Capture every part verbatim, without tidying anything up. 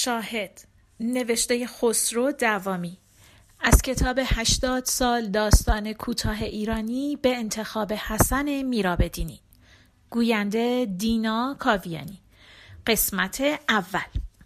شاهد، نوشته خسرو دوامی، از کتاب هشتاد سال داستان کوتاه ایرانی به انتخاب حسن میرابدینی، گوینده دینا کاویانی. قسمت اول.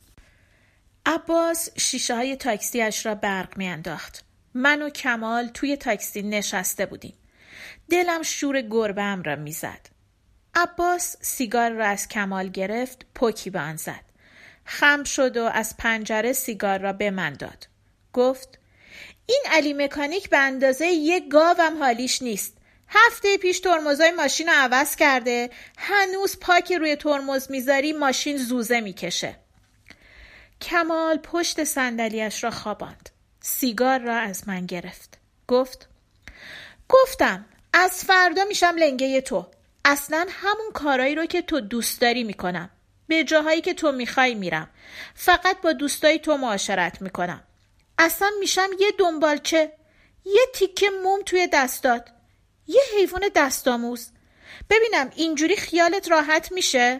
عباس شیشه های تاکسیش را برق می انداخت. من و کمال توی تاکسی نشسته بودیم. دلم شور گربه‌ام را می زد. عباس سیگار را از کمال گرفت، پوکی به آن زد. خم شد و از پنجره سیگار را به من داد. گفت: این علی مکانیک به اندازه یک گاوم حالیش نیست. هفته پیش ترمزای ماشین رو عوض کرده، هنوز پاک روی ترمز میذاری ماشین زوزه میکشه. کمال پشت صندلیاش را خواباند. سیگار را از من گرفت. گفت: گفتم از فردا میشم لنگه تو. اصلا همون کارایی رو که تو دوست داری میکنم. به جاهایی که تو میخوای میرم. فقط با دوستای تو معاشرت میکنم. اصلا میشم یه دنبالچه، یه تیکه موم توی دستات، یه حیوان دستاموز. ببینم اینجوری خیالت راحت میشه؟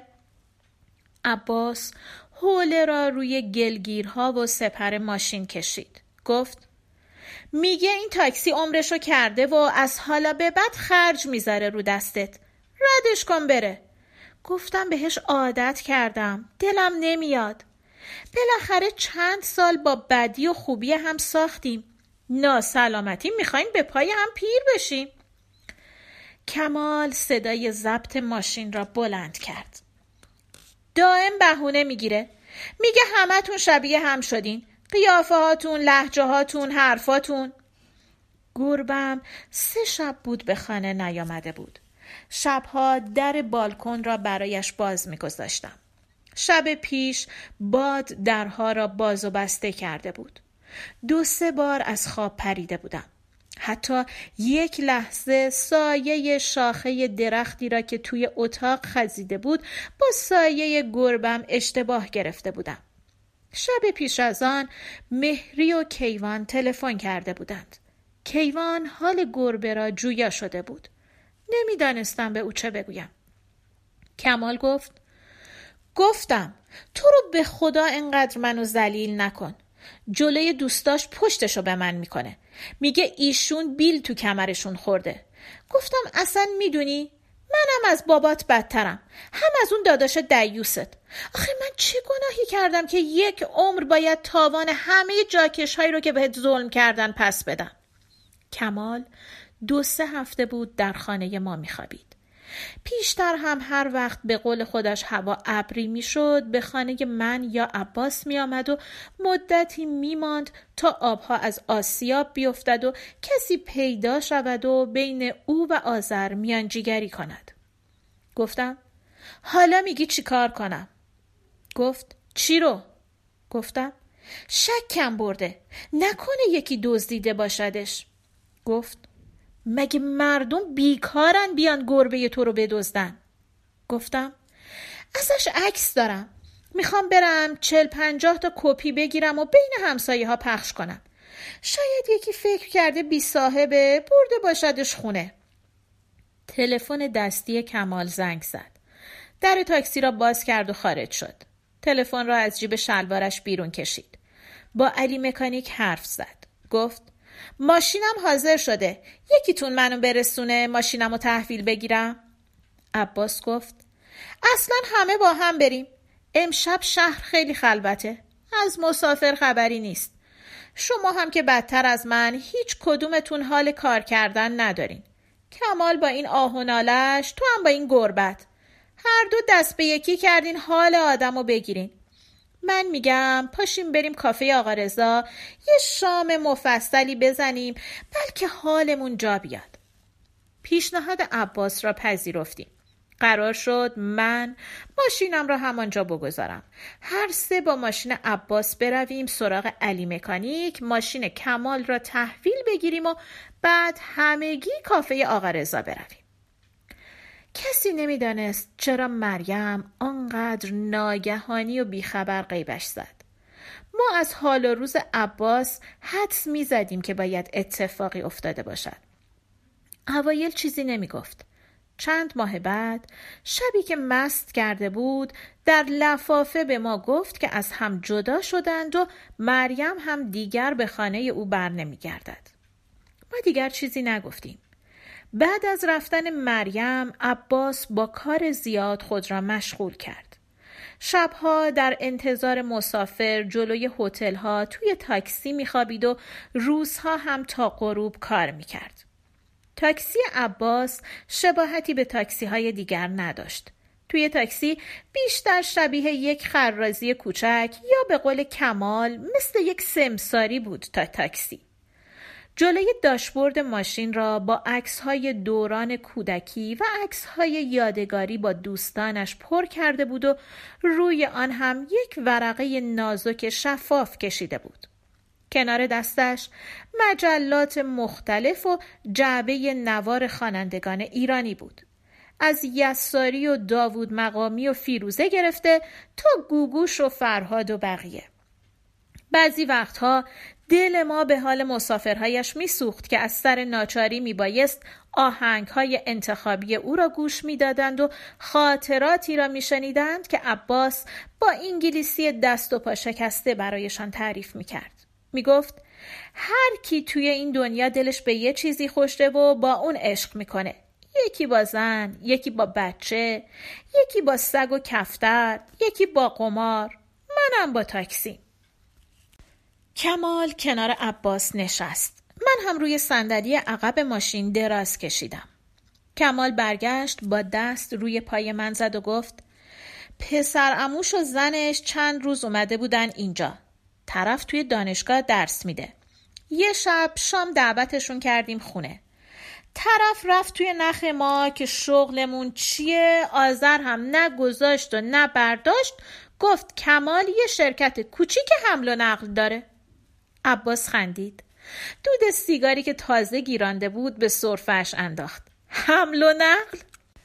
عباس حوله را روی گلگیرها و سپر ماشین کشید. گفت: میگه این تاکسی عمرشو کرده و از حالا به بعد خرج میذاره رو دستت. ردش کن بره. گفتم بهش عادت کردم، دلم نمیاد. بالاخره چند سال با بدی و خوبی هم ساختیم. ناسلامتی میخوایم به پای هم پیر بشیم. کمال صدای ضبط ماشین را بلند کرد. دائم بهونه میگیره. میگه همتون شبیه هم شدین. قیافه هاتون، لهجه هاتون، حرفاتون. گربم سه شب بود به خانه نیامده بود. شبها در بالکن را برایش باز میگذاشتم. شب پیش باد درها را باز و بسته کرده بود. دو سه بار از خواب پریده بودم. حتی یک لحظه سایه شاخه درختی را که توی اتاق خزیده بود با سایه گربم اشتباه گرفته بودم. شب پیش از آن مهری و کیوان تلفن کرده بودند. کیوان حال گربه را جویا شده بود. نمیدانستم به او چه بگویم. کمال گفت: گفتم تو رو به خدا انقدر منو ذلیل نکن. جلوی دوستاش پشتشو به من میکنه. میگه ایشون بیل تو کمرشون خورده. گفتم اصلا میدونی؟ منم از بابات بدترم. هم از اون داداش دیوست. آخه من چه گناهی کردم که یک عمر باید تاوان همه جاکش هایی رو که بهت ظلم کردن پس بدم. کمال دو سه هفته بود در خانه ما میخوابید. پیشتر هم هر وقت به قول خودش هوا ابری میشد به خانه من یا عباس میآمد و مدتی میماند تا آبها از آسیاب بیفتد و کسی پیدا شود و بین او و آذر میانجیگری کند. گفتم: حالا میگی چی کار کنم؟ گفت: چی رو؟ گفتم: شکم برده، نکنه یکی دزدیده باشدش. گفت: مگه مردم بیکارن بیان گربه تو رو بدزدن؟ گفتم: ازش عکس دارم. میخوام برم چل پنجاه تا کپی بگیرم و بین همسایه ها پخش کنم. شاید یکی فکر کرده بی صاحبه برده باشدش خونه. تلفن دستی کمال زنگ زد. در تاکسی را باز کرد و خارج شد. تلفن را از جیب شلوارش بیرون کشید. با علی مکانیک حرف زد. گفت: ماشینم حاضر شده. یکیتون منو برسونه ماشینمو تحویل بگیرم؟ عباس گفت: اصلا همه با هم بریم. امشب شهر خیلی خلوته. از مسافر خبری نیست. شما هم که بدتر از من هیچ کدومتون حال کار کردن ندارین. کمال با این آه و نالش، تو هم با این گربت. هر دو دست به یکی کردین حال آدمو بگیرین. من میگم پاشیم بریم کافه آقا رضا یه شام مفصلی بزنیم بلکه حالمون جا بیاد. پیشنهاد عباس را پذیرفتیم. قرار شد من ماشینم را همانجا بگذارم. هر سه با ماشین عباس برویم سراغ علی مکانیک، ماشین کمال را تحویل بگیریم و بعد همگی کافه آقا رضا برویم. کسی نمیدانست چرا مریم آنقدر ناگهانی و بیخبر غیبش زد. ما از حال و روز عباس حدس میزدیم که باید اتفاقی افتاده باشد. اوایل چیزی نمی گفت. چند ماه بعد شبی که مست کرده بود در لفافه به ما گفت که از هم جدا شدند و مریم هم دیگر به خانه او بر نمی گردد. ما دیگر چیزی نگفتیم. بعد از رفتن مریم عباس با کار زیاد خود را مشغول کرد. شبها در انتظار مسافر جلوی هتل‌ها توی تاکسی می‌خوابید و روزها هم تا غروب کار می‌کرد. تاکسی عباس شباهتی به تاکسی‌های دیگر نداشت. توی تاکسی بیشتر شبیه یک خرازی کوچک یا به قول کمال مثل یک سمساری بود تا تاکسی. جلوی داشبورد ماشین را با عکس‌های دوران کودکی و عکس‌های یادگاری با دوستانش پر کرده بود و روی آن هم یک ورقه نازک شفاف کشیده بود. کنار دستش مجلات مختلف و جعبه نوار خوانندگان ایرانی بود. از یساری و داوود مقامی و فیروزه گرفته تا گوگوش و فرهاد و بقیه. بعضی وقتها دل ما به حال مسافرهایش میسوخت که از سر ناچاری میبایست آهنگهای انتخابی او را گوش میدادند و خاطراتی را میشنیدند که عباس با انگلیسی دست و پا شکسته برایشان تعریف میکرد. میگفت هر کی توی این دنیا دلش به یه چیزی خوشه و با اون عشق میکنه. یکی با زن، یکی با بچه، یکی با سگ و کفتر، یکی با قمار، منم با تاکسی. کمال کنار عباس نشست. من هم روی صندلی عقب ماشین دراز کشیدم. کمال برگشت با دست روی پای من زد و گفت پسر عموش و زنش چند روز اومده بودن اینجا. طرف توی دانشگاه درس میده. یه شب شام دعوتشون کردیم خونه. طرف رفت توی نخ ما که شغلمون چیه، آذر هم نه گذاشت و نه برداشت، گفت کمال یه شرکت کوچیک حمل و نقل داره. عباس خندید. دود سیگاری که تازه گیرانده بود به سرفه‌اش انداخت. حمل و نقل؟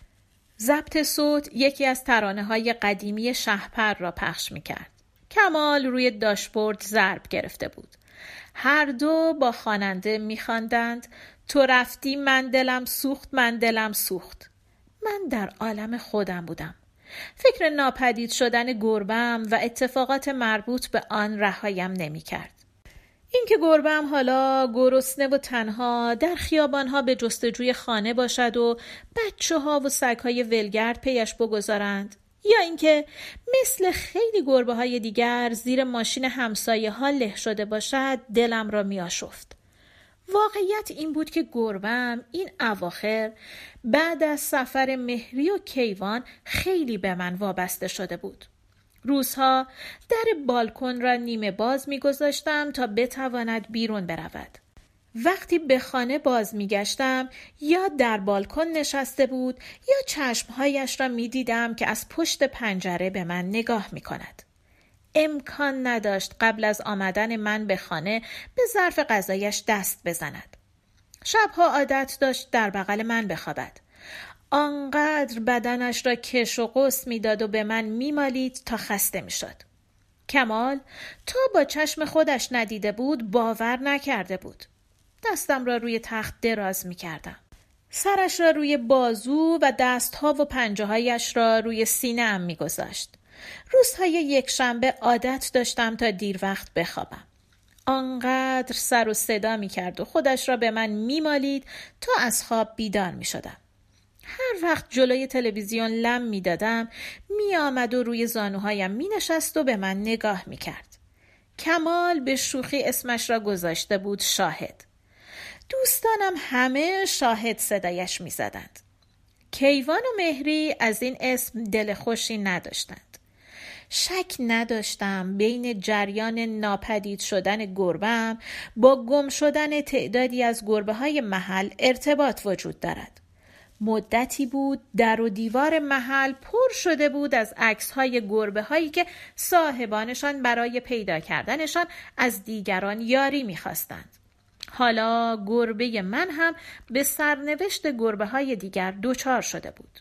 ضبط صوت یکی از ترانه‌های قدیمی شهپر را پخش می‌کرد. کمال روی داشبورد ضرب گرفته بود. هر دو با خواننده می‌خواندند تو رفتی من دلم سوخت من دلم سوخت. من در عالم خودم بودم. فکر ناپدید شدن گربه‌ام و اتفاقات مربوط به آن رهایم نمی‌کرد. اینکه گربه‌ام حالا گرسنه و تنها در خیابان‌ها به جستجوی خانه باشد و بچه‌ها و سگ‌های ولگرد پیش بگذارند، یا اینکه مثل خیلی گربه‌های دیگر زیر ماشین همسایه‌ها له شده باشد، دلم را می‌آشفت. واقعیت این بود که گربه‌ام این اواخر بعد از سفر مهری و کیوان خیلی به من وابسته شده بود. روزها در بالکن را نیمه باز می‌گذاشتم تا بتواند بیرون برود. وقتی به خانه باز می‌گشتم یا در بالکن نشسته بود یا چشمهایش را می‌دیدم که از پشت پنجره به من نگاه می‌کند. امکان نداشت قبل از آمدن من به خانه به ظرف غذایش دست بزند. شبها عادت داشت در بغل من بخوابد. آنقدر بدنش را کش و قوس می‌داد و به من می‌مالید تا خسته می‌شد. کمال تا با چشم خودش ندیده بود باور نکرده بود. دستم را روی تخت دراز می‌کردم. سرش را روی بازو و دستها و پنجه‌هایش را روی سینه‌ام می‌گذاشت. روزهای یک شنبه عادت داشتم تا دیر وقت بخوابم. آنقدر سر و صدا می‌کرد و خودش را به من می‌مالید تا از خواب بیدار می‌شدم. هر وقت جلوی تلویزیون لم می‌دادم می‌آمد و روی زانوهایم می‌نشست و به من نگاه می‌کرد. کمال به شوخی اسمش را گذاشته بود شاهد. دوستانم همه شاهد صدایش می‌زدند. کیوان و مهری از این اسم دل خوشی نداشتند. شک نداشتم بین جریان ناپدید شدن گربه‌ام با گم شدن تعدادی از گربه‌های محل ارتباط وجود دارد. مدتی بود در و دیوار محل پر شده بود از عکس‌های گربه‌هایی که صاحبانشان برای پیدا کردنشان از دیگران یاری می‌خواستند. حالا گربه من هم به سرنوشت گربه‌های دیگر دچار شده بود.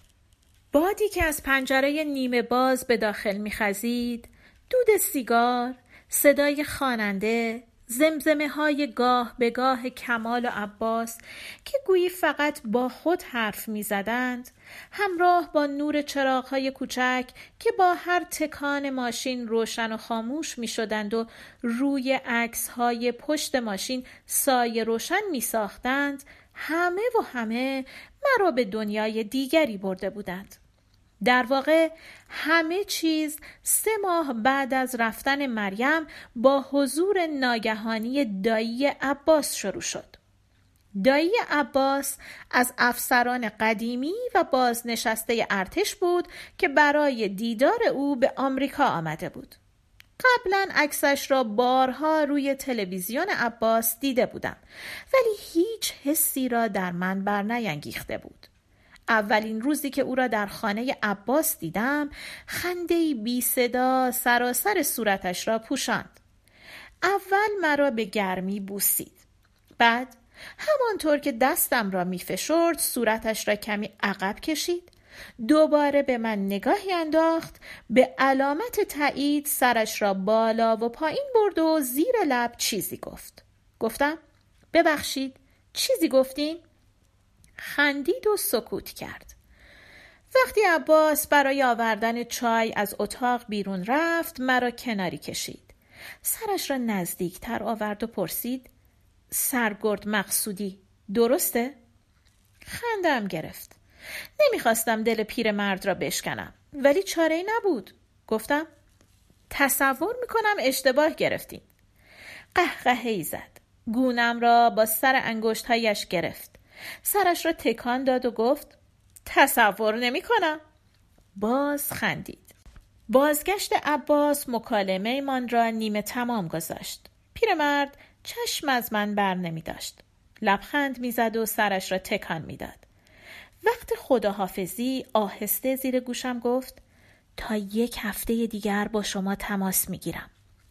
بادی که از پنجره نیمه باز به داخل می‌خزید، دود سیگار، صدای خواننده، زمزمه های گاه به گاه کمال و عباس که گویی فقط با خود حرف می زدند، همراه با نور چراغ های کوچک که با هر تکان ماشین روشن و خاموش می شدند و روی عکس های پشت ماشین سایه روشن می ساختند، همه و همه مرا به دنیای دیگری برده بودند. در واقع همه چیز سه ماه بعد از رفتن مریم با حضور ناگهانی دایی عباس شروع شد. دایی عباس از افسران قدیمی و بازنشسته ارتش بود که برای دیدار او به آمریکا آمده بود. قبلا عکسش را بارها روی تلویزیون عباس دیده بودم، ولی هیچ حسی را در من برنیانگیخته بود. اولین روزی که او را در خانه عباس دیدم، خنده‌ای بی صدا سراسر صورتش را پوشاند. اول مرا به گرمی بوسید. بعد همانطور که دستم را می فشرد صورتش را کمی عقب کشید. دوباره به من نگاهی انداخت، به علامت تایید سرش را بالا و پایین برد و زیر لب چیزی گفت. گفتم ببخشید، چیزی گفتین؟ خندید و سکوت کرد. وقتی عباس برای آوردن چای از اتاق بیرون رفت، مرا کناری کشید. سرش را نزدیکتر آورد و پرسید سرگرد مقصودی درسته؟ خندم گرفت. نمیخواستم دل پیرمرد را بشکنم، ولی چاره‌ای نبود. گفتم تصور میکنم اشتباه گرفتین. قهقهه‌ای زد. گونم را با سر انگشت‌هایش گرفت. سرش را تکان داد و گفت تصور نمی کنم. باز خندید. بازگشت عباس مکالمه من را نیمه تمام گذاشت. پیرمرد چشم از من بر نمی داشت. لبخند می زد و سرش را تکان می داد. وقت خداحافظی آهسته زیر گوشم گفت تا یک هفته دیگر با شما تماس می گیرم.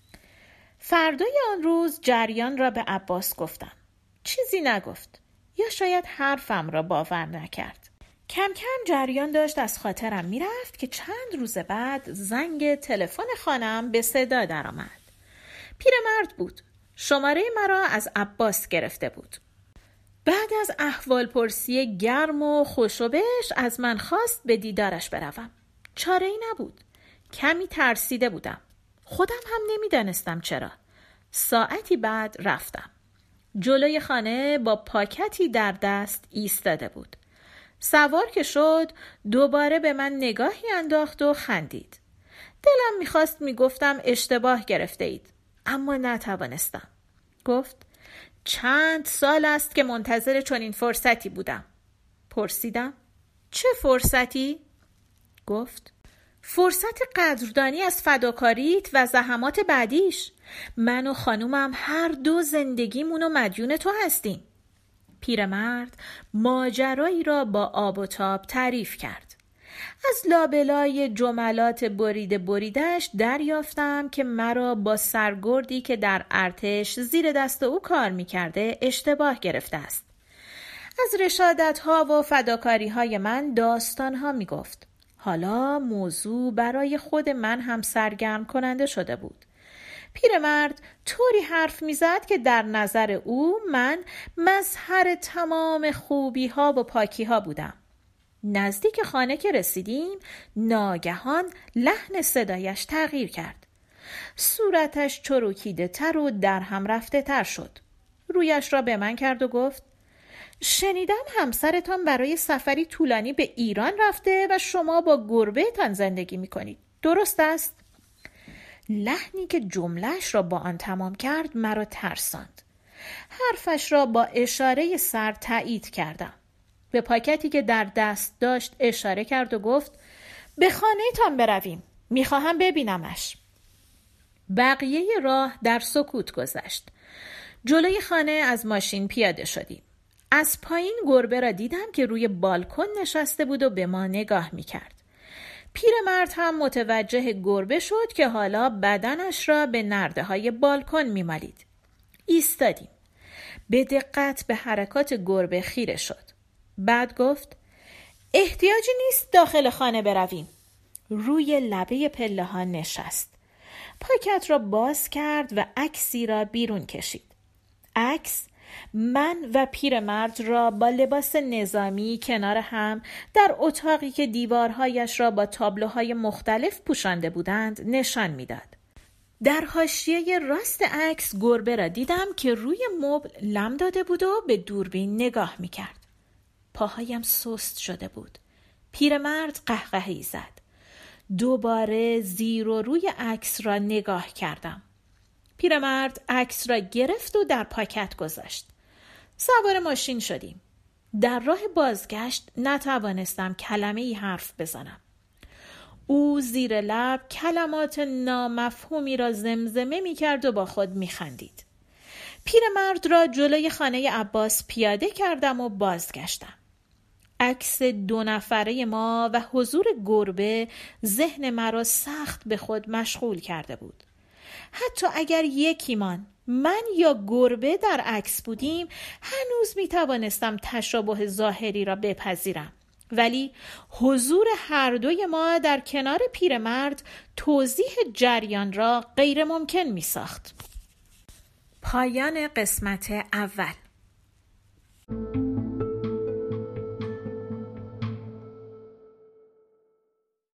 فردای آن روز جریان را به عباس گفتم. چیزی نگفت. یا شاید حرفم را باور نکرد. کم کم جریان داشت از خاطرم میرفت که چند روز بعد زنگ تلفن خانم به صدا درآمد. پیرمرد بود. شماره مرا از عباس گرفته بود. بعد از احوالپرسی گرم و خوشوبش از من خواست به دیدارش بروم. چاره‌ای نبود. کمی ترسیده بودم. خودم هم نمیدانستم چرا. ساعتی بعد رفتم. جلوی خانه با پاکتی در دست ایستاده بود. سوار که شد دوباره به من نگاهی انداخت و خندید. دلم میخواست میگفتم اشتباه گرفته اید، اما نتوانستم. گفت چند سال است که منتظر چنین فرصتی بودم. پرسیدم چه فرصتی؟ گفت فرصت قدردانی از فداکاریت و زحمات بعدیش. من و خانومم هر دو زندگیمونو مدیون تو هستیم. پیرمرد ماجرایی را با آب و تاب تعریف کرد. از لابلای جملات بریده بریده‌اش دریافتم که مرا با سرگردی که در ارتش زیر دست او کار می‌کرده اشتباه گرفته است. از رشادت‌ها و فداکاری‌های من داستان‌ها می‌گفت. حالا موضوع برای خود من هم سرگرم کننده شده بود. پیرمرد طوری حرف میزد که در نظر او من مظهر تمام خوبی ها و پاکی ها بودم. نزدیک خانه که رسیدیم ناگهان لحن صدایش تغییر کرد. صورتش چروکیده تر و در هم رفته تر شد. رویش را به من کرد و گفت شنیدم همسرتان برای سفری طولانی به ایران رفته و شما با گربه‌تان زندگی میکنید. درست است؟ لحنی که جملهش را با آن تمام کرد مرا ترساند. حرفش را با اشاره سر تایید کردم. به پاکتی که در دست داشت اشاره کرد و گفت به خانه تان برویم. میخواهم ببینمش. بقیه راه در سکوت گذشت. جلوی خانه از ماشین پیاده شدیم. از پایین گربه را دیدم که روی بالکن نشسته بود و به ما نگاه میکرد. پیرمرد هم متوجه گربه شد که حالا بدنش را به نرده های بالکن میمالید. ایستادیم. به دقت به حرکات گربه خیره شد. بعد گفت احتیاجی نیست داخل خانه برویم. روی لبه پله ها نشست. پاکت را باز کرد و عکسی را بیرون کشید. عکس من و پیرمرد را با لباس نظامی کنار هم در اتاقی که دیوارهایش را با تابلوهای مختلف پوشانده بودند نشان میداد. در حاشیه راست عکس گربه را دیدم که روی مبل لم داده بود و به دوربین نگاه میکرد. پاهایم سست شده بود. پیرمرد قهقهی زد. دوباره زیر و روی عکس را نگاه کردم. پیرمرد عکس را گرفت و در پاکت گذاشت. سوار ماشین شدیم. در راه بازگشت نتوانستم کلمه ای حرف بزنم. او زیر لب کلمات نامفهومی را زمزمه می کرد و با خود می خندید. پیرمرد را جلوی خانه عباس پیاده کردم و بازگشتم. عکس دو نفره ما و حضور گربه ذهن مرا سخت به خود مشغول کرده بود. حتی اگر یکیمان من یا گربه در عکس بودیم هنوز می توانستم تشابه ظاهری را بپذیرم، ولی حضور هر دوی ما در کنار پیرمرد توضیح جریان را غیر ممکن می ساخت. پایان قسمت اول.